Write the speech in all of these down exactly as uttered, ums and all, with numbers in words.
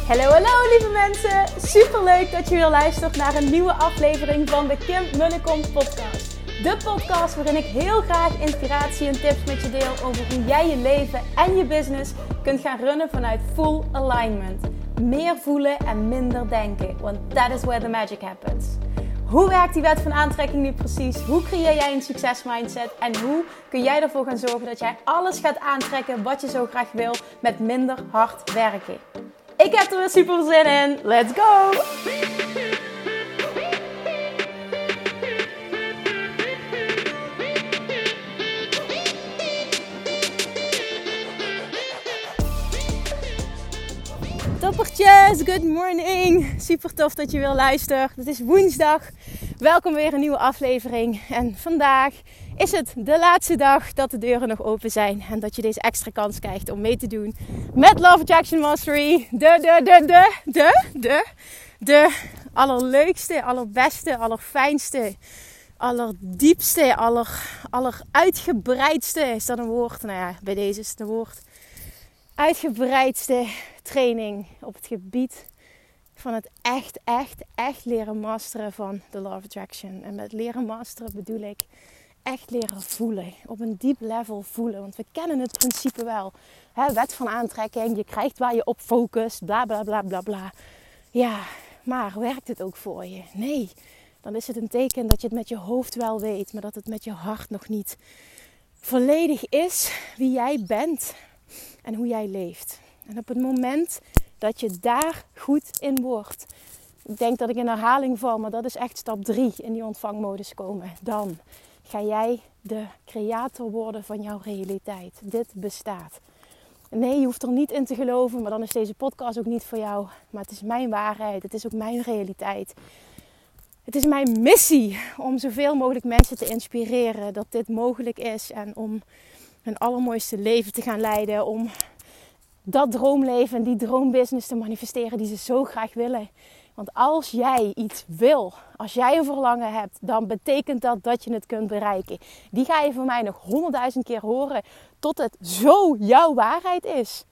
Hallo, hallo lieve mensen! Super leuk dat je weer luistert naar een nieuwe aflevering van de Kim Munnekom podcast. De podcast waarin ik heel graag inspiratie en tips met je deel over hoe jij je leven en je business kunt gaan runnen vanuit full alignment. Meer voelen en minder denken, want that is where the magic happens. Hoe werkt die wet van aantrekking nu precies? Hoe creëer jij een succesmindset? En hoe kun jij ervoor gaan zorgen dat jij alles gaat aantrekken wat je zo graag wil met minder hard werken? Ik heb er weer super zin in. Let's go! Toppertjes, good morning. Super tof dat je weer luistert. Het is woensdag. Welkom weer een nieuwe aflevering. En vandaag is het de laatste dag dat de deuren nog open zijn. En dat je deze extra kans krijgt om mee te doen met Love Attraction Mastery. De, de, de, de, de, de, de allerleukste, allerbeste, allerfijnste, allerdiepste, aller, alleruitgebreidste. Is dat een woord? Nou ja, bij deze is het een woord. Uitgebreidste training op het gebied van het echt, echt, echt leren masteren van de Law of Attraction. En met leren masteren bedoel ik echt leren voelen. Op een diep level voelen. Want we kennen het principe wel. Hè, wet van aantrekking. Je krijgt waar je op focust. Bla, bla, bla, bla, bla. Ja, maar werkt het ook voor je? Nee. Dan is het een teken dat je het met je hoofd wel weet. Maar dat het met je hart nog niet volledig is wie jij bent. En hoe jij leeft. En op het moment dat je daar goed in wordt. Ik denk dat ik in herhaling val. Maar dat is echt stap drie in die ontvangmodus komen. Dan ga jij de creator worden van jouw realiteit. Dit bestaat. Nee, je hoeft er niet in te geloven. Maar dan is deze podcast ook niet voor jou. Maar het is mijn waarheid. Het is ook mijn realiteit. Het is mijn missie om zoveel mogelijk mensen te inspireren. Dat dit mogelijk is. En om hun allermooiste leven te gaan leiden. Om dat droomleven en die droombusiness te manifesteren die ze zo graag willen. Want als jij iets wil, als jij een verlangen hebt, dan betekent dat dat je het kunt bereiken. Die ga je van mij nog honderdduizend keer horen tot het zo jouw waarheid is.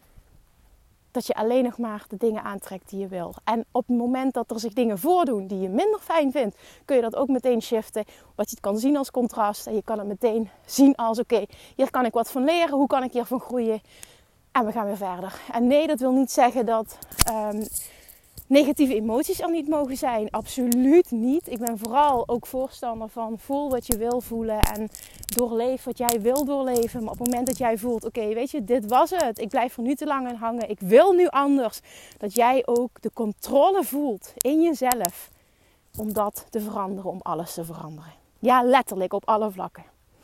Dat je alleen nog maar de dingen aantrekt die je wil. En op het moment dat er zich dingen voordoen die je minder fijn vindt, kun je dat ook meteen shiften. Wat je het kan zien als contrast. En je kan het meteen zien als oké, okay, hier kan ik wat van leren. Hoe kan ik hiervan groeien? En we gaan weer verder. En nee, dat wil niet zeggen dat um, negatieve emoties er niet mogen zijn. Absoluut niet. Ik ben vooral ook voorstander van voel wat je wil voelen. En doorleef wat jij wil doorleven. Maar op het moment dat jij voelt, oké, okay, weet je, dit was het. Ik blijf er nu te lang aan hangen. Ik wil nu anders. Dat jij ook de controle voelt in jezelf. Om dat te veranderen, om alles te veranderen. Ja, letterlijk op alle vlakken.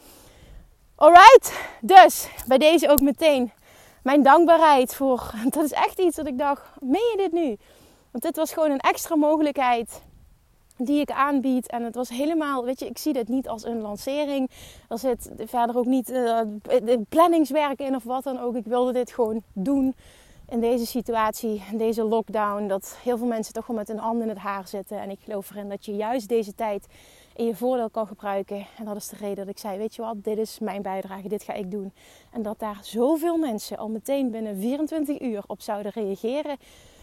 Alright, dus bij deze ook meteen mijn dankbaarheid voor. Dat is echt iets dat ik dacht, meen je dit nu? Want dit was gewoon een extra mogelijkheid die ik aanbied. En het was helemaal, weet je, ik zie dit niet als een lancering. Er zit verder ook niet uh, planningswerk in of wat dan ook. Ik wilde dit gewoon doen in deze situatie, in deze lockdown. Dat heel veel mensen toch wel met hun handen in het haar zitten. En ik geloof erin dat je juist deze tijd in je voordeel kan gebruiken. En dat is de reden dat ik zei, weet je wat, dit is mijn bijdrage, dit ga ik doen. En dat daar zoveel mensen al meteen binnen vierentwintig uur op zouden reageren.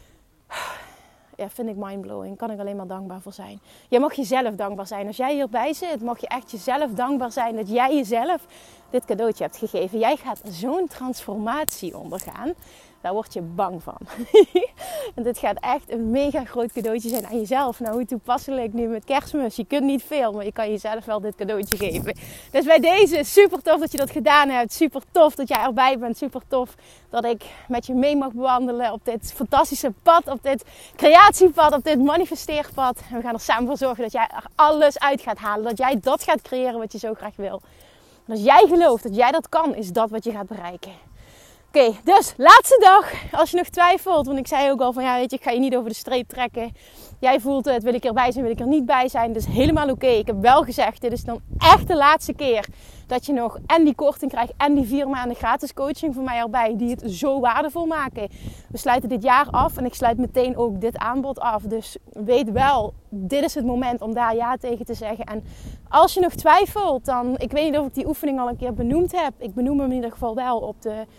Ja, vind ik mindblowing. Kan ik alleen maar dankbaar voor zijn. Jij mag jezelf dankbaar zijn. Als jij hierbij zit, mag je echt jezelf dankbaar zijn dat jij jezelf dit cadeautje hebt gegeven. Jij gaat zo'n transformatie ondergaan. Daar word je bang van. En dit gaat echt een mega groot cadeautje zijn aan jezelf. Nou, hoe toepasselijk nu met Kerstmis. Je kunt niet veel, maar je kan jezelf wel dit cadeautje geven. Dus bij deze, super tof dat je dat gedaan hebt. Super tof dat jij erbij bent. Super tof dat ik met je mee mag bewandelen op dit fantastische pad. Op dit creatiepad, op dit manifesteerpad. En we gaan er samen voor zorgen dat jij er alles uit gaat halen. Dat jij dat gaat creëren wat je zo graag wil. En als jij gelooft dat jij dat kan, is dat wat je gaat bereiken. Oké, okay, dus laatste dag. Als je nog twijfelt, want ik zei ook al van ja, weet je, ik ga je niet over de streep trekken. Jij voelt het, wil ik erbij zijn, wil ik er niet bij zijn. Dat is helemaal oké. Okay. Ik heb wel gezegd, dit is dan echt de laatste keer dat je nog en die korting krijgt en die vier maanden gratis coaching van mij erbij. Die het zo waardevol maken. We sluiten dit jaar af en ik sluit meteen ook dit aanbod af. Dus weet wel, dit is het moment om daar ja tegen te zeggen. En als je nog twijfelt, dan, ik weet niet of ik die oefening al een keer benoemd heb. Ik benoem hem in ieder geval wel op de...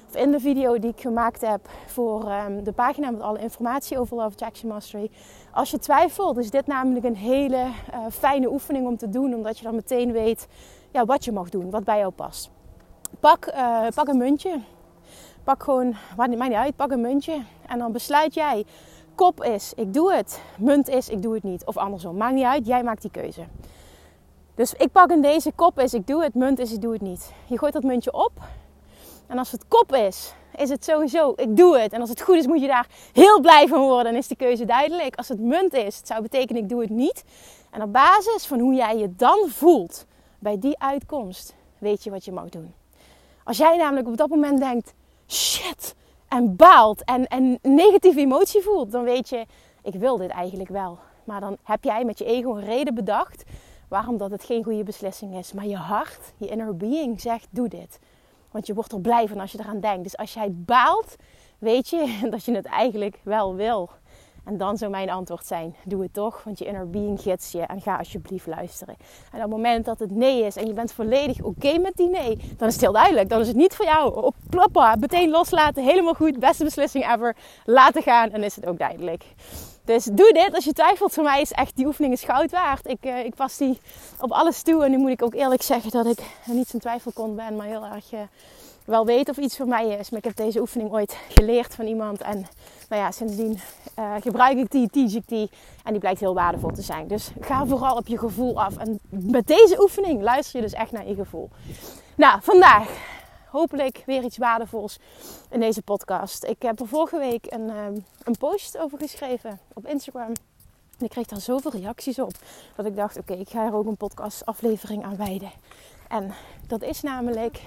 of in de video die ik gemaakt heb voor um, de pagina met alle informatie over Love Attraction Mastery. Als je twijfelt, is dit namelijk een hele uh, fijne oefening om te doen. Omdat je dan meteen weet ja, wat je mag doen, wat bij jou past. Pak, uh, pak een muntje. Pak gewoon, maakt niet uit, pak een muntje. En dan besluit jij, kop is, ik doe het. Munt is, ik doe het niet. Of andersom, maakt niet uit, jij maakt die keuze. Dus ik pak in deze, kop is, ik doe het. Munt is, ik doe het niet. Je gooit dat muntje op. En als het kop is, is het sowieso, ik doe het. En als het goed is, moet je daar heel blij van worden. Dan is de keuze duidelijk. Als het munt is, het zou betekenen, ik doe het niet. En op basis van hoe jij je dan voelt bij die uitkomst, weet je wat je mag doen. Als jij namelijk op dat moment denkt, shit, en baalt en, en negatieve emotie voelt, dan weet je, ik wil dit eigenlijk wel. Maar dan heb jij met je ego een reden bedacht waarom dat het geen goede beslissing is. Maar je hart, je inner being zegt, doe dit. Want je wordt er blij van als je eraan denkt. Dus als jij baalt, weet je dat je het eigenlijk wel wil. En dan zou mijn antwoord zijn, doe het toch. Want je inner being gids je en ga alsjeblieft luisteren. En op het moment dat het nee is en je bent volledig oké okay met die nee, dan is het heel duidelijk. Dan is het niet voor jou. Op ploppa, meteen loslaten, helemaal goed, beste beslissing ever. Laten gaan en is het ook duidelijk. Dus doe dit als je twijfelt. Voor mij is echt, die oefening is goud waard. Ik, uh, ik pas die op alles toe. En nu moet ik ook eerlijk zeggen dat ik niet zo'n twijfelkont ben, maar heel erg uh, wel weet of iets voor mij is. Maar ik heb deze oefening ooit geleerd van iemand. En nou ja, sindsdien uh, gebruik ik die, teach ik die. En die blijkt heel waardevol te zijn. Dus ga vooral op je gevoel af. En met deze oefening luister je dus echt naar je gevoel. Nou, vandaag hopelijk weer iets waardevols in deze podcast. Ik heb er vorige week een, um, een post over geschreven op Instagram. En ik kreeg daar zoveel reacties op. Dat ik dacht, oké, okay, ik ga er ook een podcast aflevering aan wijden. En dat is namelijk...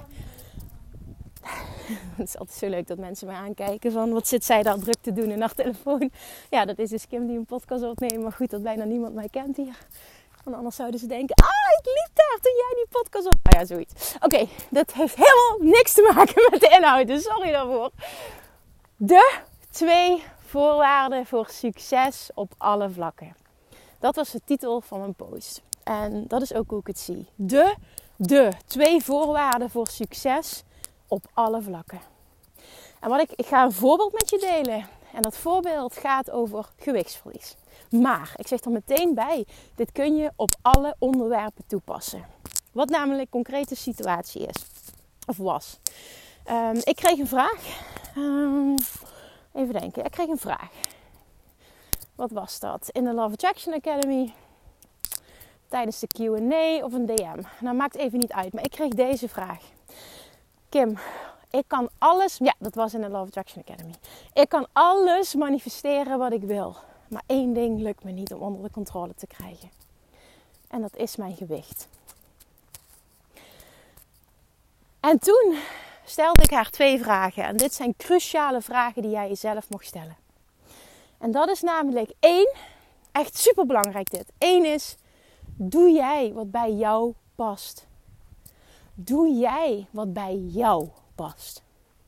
Het is altijd zo leuk dat mensen me aankijken van wat zit zij daar druk te doen in haar telefoon. Ja, dat is dus Kim die een podcast opneemt. Maar goed, dat bijna niemand mij kent hier. Want anders zouden ze denken, ah, ik liep daar toen jij die podcast op... Nou ja, zoiets. Oké, okay, dat heeft helemaal niks te maken met de inhoud. Dus sorry daarvoor. De twee voorwaarden voor succes op alle vlakken. Dat was de titel van mijn post. En dat is ook hoe ik het zie. De, de twee voorwaarden voor succes op alle vlakken. En wat ik, ik ga een voorbeeld met je delen. En dat voorbeeld gaat over gewichtsverlies. Maar, ik zeg er meteen bij, dit kun je op alle onderwerpen toepassen. Wat namelijk concrete situatie is. Of was. Um, ik kreeg een vraag. Um, even denken, ik kreeg een vraag. Wat was dat? In de Love Attraction Academy. Tijdens de Q en A of een D M. Nou, maakt even niet uit, maar ik kreeg deze vraag. Kim, ik kan alles... Ja, dat was in de Love Attraction Academy. Ik kan alles manifesteren wat ik wil. Maar één ding lukt me niet om onder de controle te krijgen. En dat is mijn gewicht. En toen stelde ik haar twee vragen. En dit zijn cruciale vragen die jij jezelf mag stellen. En dat is namelijk één, echt superbelangrijk dit. Eén is, doe jij wat bij jou past? Doe jij wat bij jou past?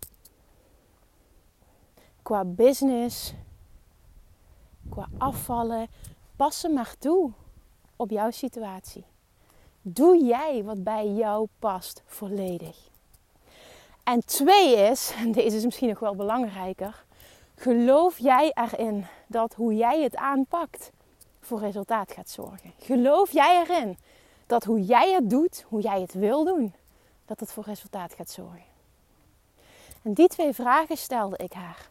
Qua business, qua afvallen, pas ze maar toe op jouw situatie. Doe jij wat bij jou past volledig. En twee is, en deze is misschien nog wel belangrijker, geloof jij erin dat hoe jij het aanpakt voor resultaat gaat zorgen? Geloof jij erin dat hoe jij het doet, hoe jij het wil doen, dat het voor resultaat gaat zorgen? En die twee vragen stelde ik haar.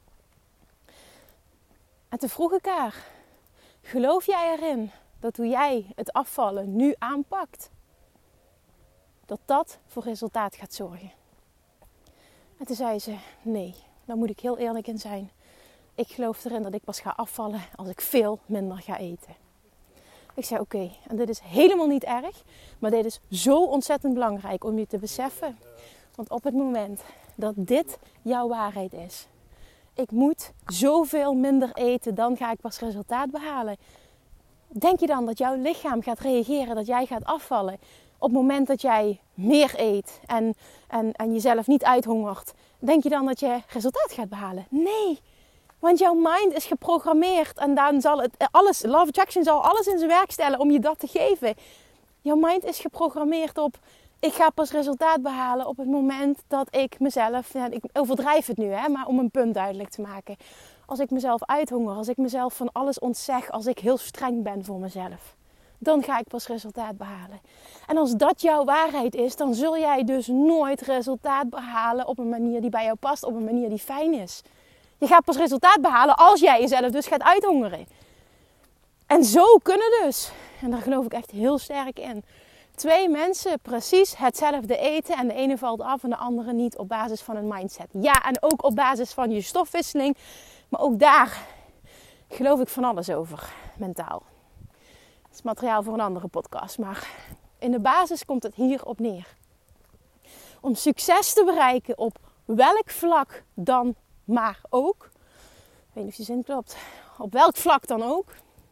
En toen vroeg ik haar, geloof jij erin dat hoe jij het afvallen nu aanpakt, dat dat voor resultaat gaat zorgen? En toen zei ze, nee, daar moet ik heel eerlijk in zijn. Ik geloof erin dat ik pas ga afvallen als ik veel minder ga eten. Ik zei, oké, okay, en dit is helemaal niet erg, maar dit is zo ontzettend belangrijk om je te beseffen. Want op het moment dat dit jouw waarheid is, ik moet zoveel minder eten, dan ga ik pas resultaat behalen. Denk je dan dat jouw lichaam gaat reageren, dat jij gaat afvallen op het moment dat jij meer eet en, en, en jezelf niet uithongert? Denk je dan dat je resultaat gaat behalen? Nee, want jouw mind is geprogrammeerd en dan zal het alles, Love Attraction zal alles in zijn werk stellen om je dat te geven. Jouw mind is geprogrammeerd op Ik ga pas resultaat behalen op het moment dat ik mezelf... Ja, ik overdrijf het nu, hè, maar om een punt duidelijk te maken. Als ik mezelf uithonger, als ik mezelf van alles ontzeg, als ik heel streng ben voor mezelf. Dan ga ik pas resultaat behalen. En als dat jouw waarheid is, dan zul jij dus nooit resultaat behalen op een manier die bij jou past, op een manier die fijn is. Je gaat pas resultaat behalen als jij jezelf dus gaat uithongeren. En zo kunnen dus, en daar geloof ik echt heel sterk in, twee mensen precies hetzelfde eten en de ene valt af en de andere niet op basis van een mindset. Ja, en ook op basis van je stofwisseling, maar ook daar geloof ik van alles over, mentaal. Dat is materiaal voor een andere podcast, maar in de basis komt het hierop neer. Om succes te bereiken op welk vlak dan maar ook, ik weet niet of je zin klopt, op welk vlak dan ook,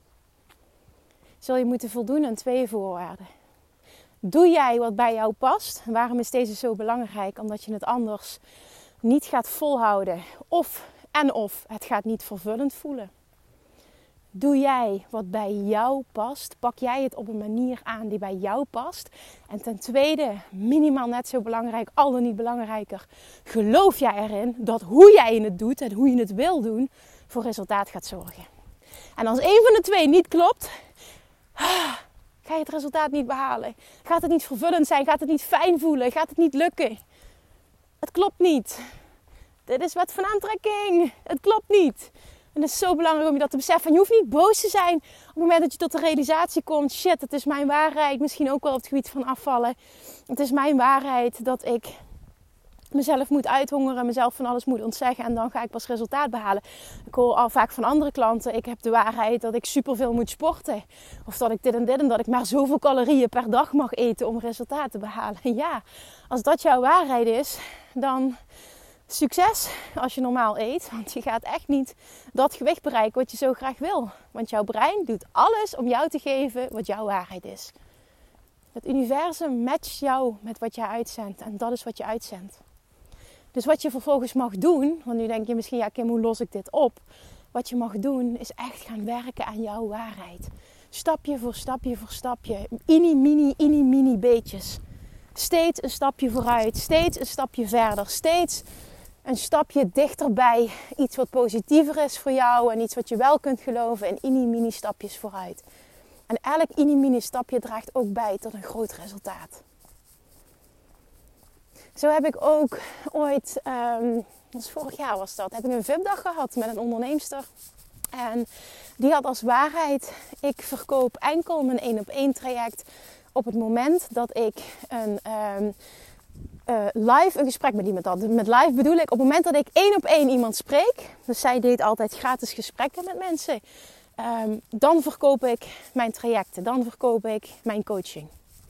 zul je moeten voldoen aan twee voorwaarden. Doe jij wat bij jou past? En waarom is deze zo belangrijk? Omdat je het anders niet gaat volhouden. Of en of het gaat niet vervullend voelen. Doe jij wat bij jou past? Pak jij het op een manier aan die bij jou past? En ten tweede, minimaal net zo belangrijk, al dan niet belangrijker. Geloof jij erin dat hoe jij het doet en hoe je het wil doen, voor resultaat gaat zorgen? En als één van de twee niet klopt, ga je het resultaat niet behalen. Gaat het niet vervullend zijn? Gaat het niet fijn voelen? Gaat het niet lukken? Het klopt niet. Dit is wet van aantrekking. Het klopt niet. En het is zo belangrijk om je dat te beseffen. En je hoeft niet boos te zijn op het moment dat je tot de realisatie komt. Shit, het is mijn waarheid. Misschien ook wel op het gebied van afvallen. Het is mijn waarheid dat ik mezelf moet uithongeren, mezelf van alles moet ontzeggen en dan ga ik pas resultaat behalen. Ik hoor al vaak van andere klanten, ik heb de waarheid dat ik superveel moet sporten. Of dat ik dit en dit en dat ik maar zoveel calorieën per dag mag eten om resultaat te behalen. Ja, als dat jouw waarheid is, dan succes als je normaal eet. Want je gaat echt niet dat gewicht bereiken wat je zo graag wil. Want jouw brein doet alles om jou te geven wat jouw waarheid is. Het universum matcht jou met wat jij uitzendt en dat is wat je uitzendt. Dus wat je vervolgens mag doen, want nu denk je misschien, ja Kim, hoe los ik dit op? Wat je mag doen is echt gaan werken aan jouw waarheid. Stapje voor stapje voor stapje. Ini, mini, ini, mini beetjes. Steeds een stapje vooruit. Steeds een stapje verder. Steeds een stapje dichterbij. Iets wat positiever is voor jou en iets wat je wel kunt geloven. En ini, mini stapjes vooruit. En elk ini, mini stapje draagt ook bij tot een groot resultaat. Zo heb ik ook ooit, um, dat was vorig jaar was dat, heb ik een V I P-dag gehad met een onderneemster. En die had als waarheid, ik verkoop enkel mijn één op één traject op het moment dat ik een um, uh, live een gesprek met iemand had. Met live bedoel ik op het moment dat ik één op één iemand spreek. Dus zij deed altijd gratis gesprekken met mensen. Um, dan verkoop ik mijn trajecten, dan verkoop ik mijn coaching.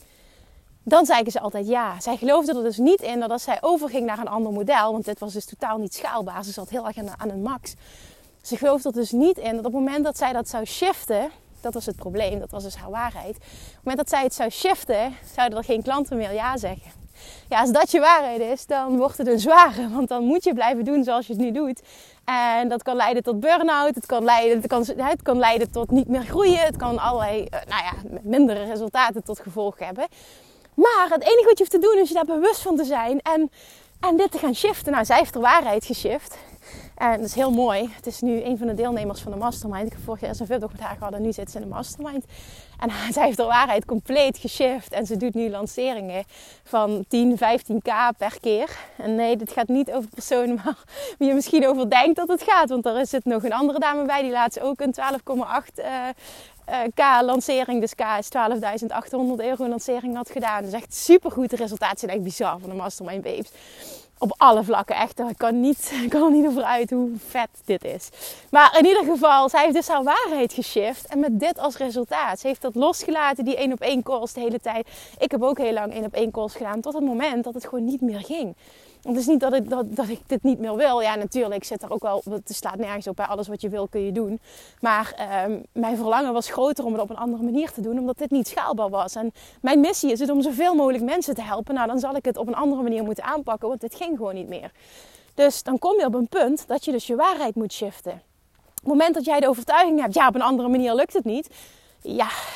Dan zeiden ze altijd ja. Zij geloofde er dus niet in dat als zij overging naar een ander model, want dit was dus totaal niet schaalbaar, ze zat heel erg aan, aan een max. Ze geloofde er dus niet in dat op het moment dat zij dat zou shiften, dat was het probleem, dat was dus haar waarheid. Op het moment dat zij het zou shiften, zouden er geen klanten meer ja zeggen. Ja, als dat je waarheid is, dan wordt het een zware, want dan moet je blijven doen zoals je het nu doet. En dat kan leiden tot burn-out, het kan leiden, het kan, het kan leiden tot niet meer groeien, het kan allerlei, nou ja, mindere resultaten tot gevolg hebben. Maar het enige wat je hoeft te doen is je daar bewust van te zijn en, en dit te gaan shiften. Nou, zij heeft de waarheid geshift. En dat is heel mooi. Het is nu een van de deelnemers van de mastermind. Ik heb vorig jaar een V I P-dag met haar gehad en nu zit ze in de mastermind. En zij heeft de waarheid compleet geshift. En ze doet nu lanceringen van tien, vijftien k per keer. En nee, dit gaat niet over personen waar wie je misschien over denkt dat het gaat. Want er zit nog een andere dame bij die laatst ook een twaalf komma acht uh, uh, k lancering. Dus K is twaalfduizend achthonderd euro lancering had gedaan. Dus echt supergoed. De resultaten zijn echt bizar van de mastermind babes. Op alle vlakken, echt. Ik kan, niet, ik kan er niet over uit hoe vet dit is. Maar in ieder geval, zij heeft dus haar waarheid geshift. En met dit als resultaat. Ze heeft dat losgelaten, die één op één calls de hele tijd. Ik heb ook heel lang één op één calls gedaan. Tot het moment dat het gewoon niet meer ging. Het is niet dat ik, dat, dat ik dit niet meer wil. Ja, natuurlijk zit er ook wel... Het slaat nergens op. Bij alles wat je wil kun je doen. Maar um, mijn verlangen was groter om het op een andere manier te doen. Omdat dit niet schaalbaar was. En mijn missie is het om zoveel mogelijk mensen te helpen. Nou, dan zal ik het op een andere manier moeten aanpakken. Want dit ging gewoon niet meer. Dus dan kom je op een punt dat je dus je waarheid moet shiften. Op het moment dat jij de overtuiging hebt... Ja, op een andere manier lukt het niet. Ja,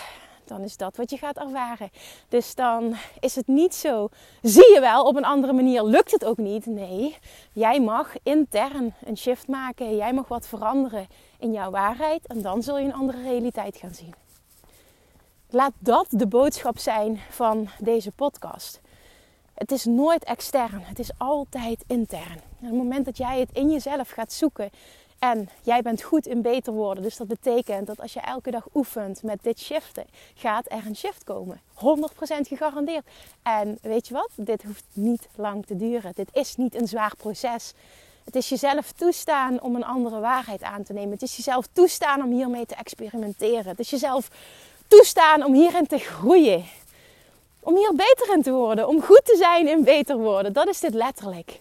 dan is dat wat je gaat ervaren. Dus dan is het niet zo, zie je wel, op een andere manier lukt het ook niet. Nee, jij mag intern een shift maken. Jij mag wat veranderen in jouw waarheid. En dan zul je een andere realiteit gaan zien. Laat dat de boodschap zijn van deze podcast. Het is nooit extern, het is altijd intern. En op het moment dat jij het in jezelf gaat zoeken en jij bent goed in beter worden. Dus dat betekent dat als je elke dag oefent met dit shiften, gaat er een shift komen. honderd procent gegarandeerd. En weet je wat? Dit hoeft niet lang te duren. Dit is niet een zwaar proces. Het is jezelf toestaan om een andere waarheid aan te nemen. Het is jezelf toestaan om hiermee te experimenteren. Het is jezelf toestaan om hierin te groeien. Om hier beter in te worden. Om goed te zijn in beter worden. Dat is dit letterlijk.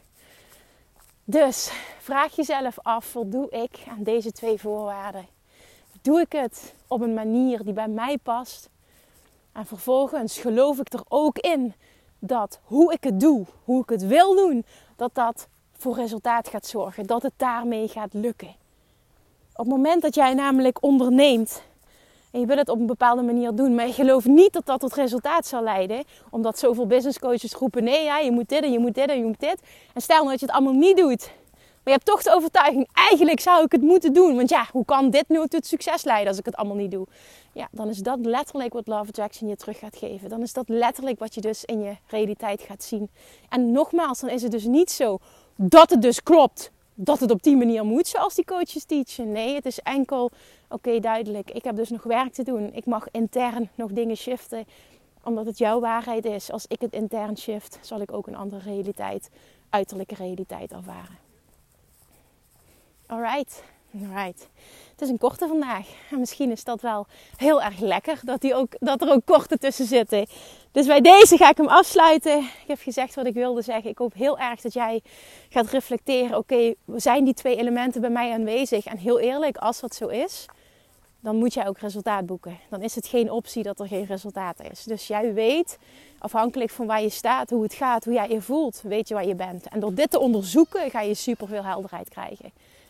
Dus vraag jezelf af, voldoe ik aan deze twee voorwaarden? Doe ik het op een manier die bij mij past? En vervolgens geloof ik er ook in dat hoe ik het doe, hoe ik het wil doen, dat dat voor resultaat gaat zorgen. Dat het daarmee gaat lukken. Op het moment dat jij namelijk onderneemt en je wil het op een bepaalde manier doen, maar je gelooft niet dat dat tot resultaat zal leiden, omdat zoveel business coaches roepen, nee, ja, je moet dit en je moet dit en je moet dit. En stel nou dat je het allemaal niet doet, maar je hebt toch de overtuiging, eigenlijk zou ik het moeten doen. Want ja, hoe kan dit nu tot succes leiden als ik het allemaal niet doe? Ja, dan is dat letterlijk wat Law of Attraction je terug gaat geven. Dan is dat letterlijk wat je dus in je realiteit gaat zien. En nogmaals, dan is het dus niet zo dat het dus klopt, dat het op die manier moet, zoals die coaches teachen. Nee, het is enkel, oké, okay, duidelijk. Ik heb dus nog werk te doen. Ik mag intern nog dingen shiften, omdat het jouw waarheid is. Als ik het intern shift, zal ik ook een andere realiteit, uiterlijke realiteit ervaren. Alright, alright. Het is een korte vandaag. En misschien is dat wel heel erg lekker, dat, die ook, dat er ook korte tussen zitten. Dus bij deze ga ik hem afsluiten. Ik heb gezegd wat ik wilde zeggen. Ik hoop heel erg dat jij gaat reflecteren. Oké, okay, zijn die twee elementen bij mij aanwezig? En heel eerlijk, als dat zo is, dan moet jij ook resultaat boeken. Dan is het geen optie dat er geen resultaat is. Dus jij weet, afhankelijk van waar je staat, hoe het gaat, hoe jij je voelt, weet je waar je bent. En door dit te onderzoeken ga je superveel helderheid krijgen.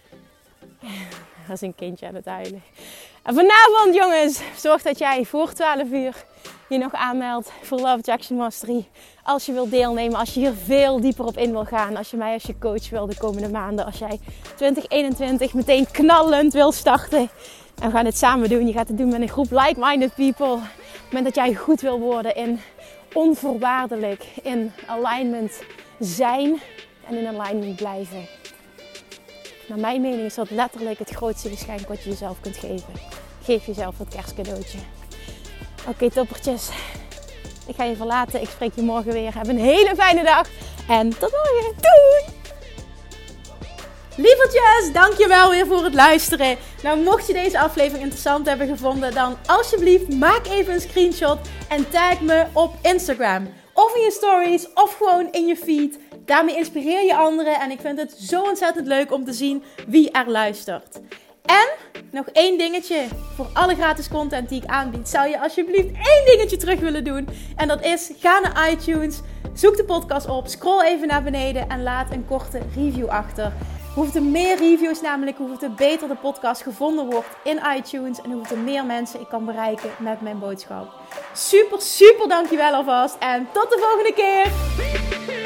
Dat is een kindje aan het huilen. En vanavond, jongens, zorg dat jij voor twaalf uur je nog aanmeldt voor Law of Attraction Mastery. Als je wilt deelnemen, als je hier veel dieper op in wil gaan. Als je mij als je coach wil de komende maanden. Als jij twintig eenentwintig meteen knallend wil starten. En we gaan het samen doen. Je gaat het doen met een groep like-minded people. Op het moment dat jij goed wil worden in onvoorwaardelijk, in alignment zijn en in alignment blijven. Naar mijn mening is dat letterlijk het grootste geschenk wat je jezelf kunt geven. Geef jezelf dat kerstcadeautje. Oké, okay, toppertjes. Ik ga je verlaten. Ik spreek je morgen weer. Heb een hele fijne dag. En tot morgen. Doei! Lievertjes, dankjewel weer voor het luisteren. Nou, mocht je deze aflevering interessant hebben gevonden, dan alsjeblieft maak even een screenshot en tag me op Instagram. Of in je stories, of gewoon in je feed. Daarmee inspireer je anderen en ik vind het zo ontzettend leuk om te zien wie er luistert. En nog één dingetje voor alle gratis content die ik aanbied. Zou je alsjeblieft één dingetje terug willen doen? En dat is, ga naar iTunes, zoek de podcast op, scroll even naar beneden en laat een korte review achter. Hoeveel meer reviews namelijk, hoeveel beter de podcast gevonden wordt in iTunes. En hoeveel meer mensen ik kan bereiken met mijn boodschap. Super, super dankjewel alvast. En tot de volgende keer.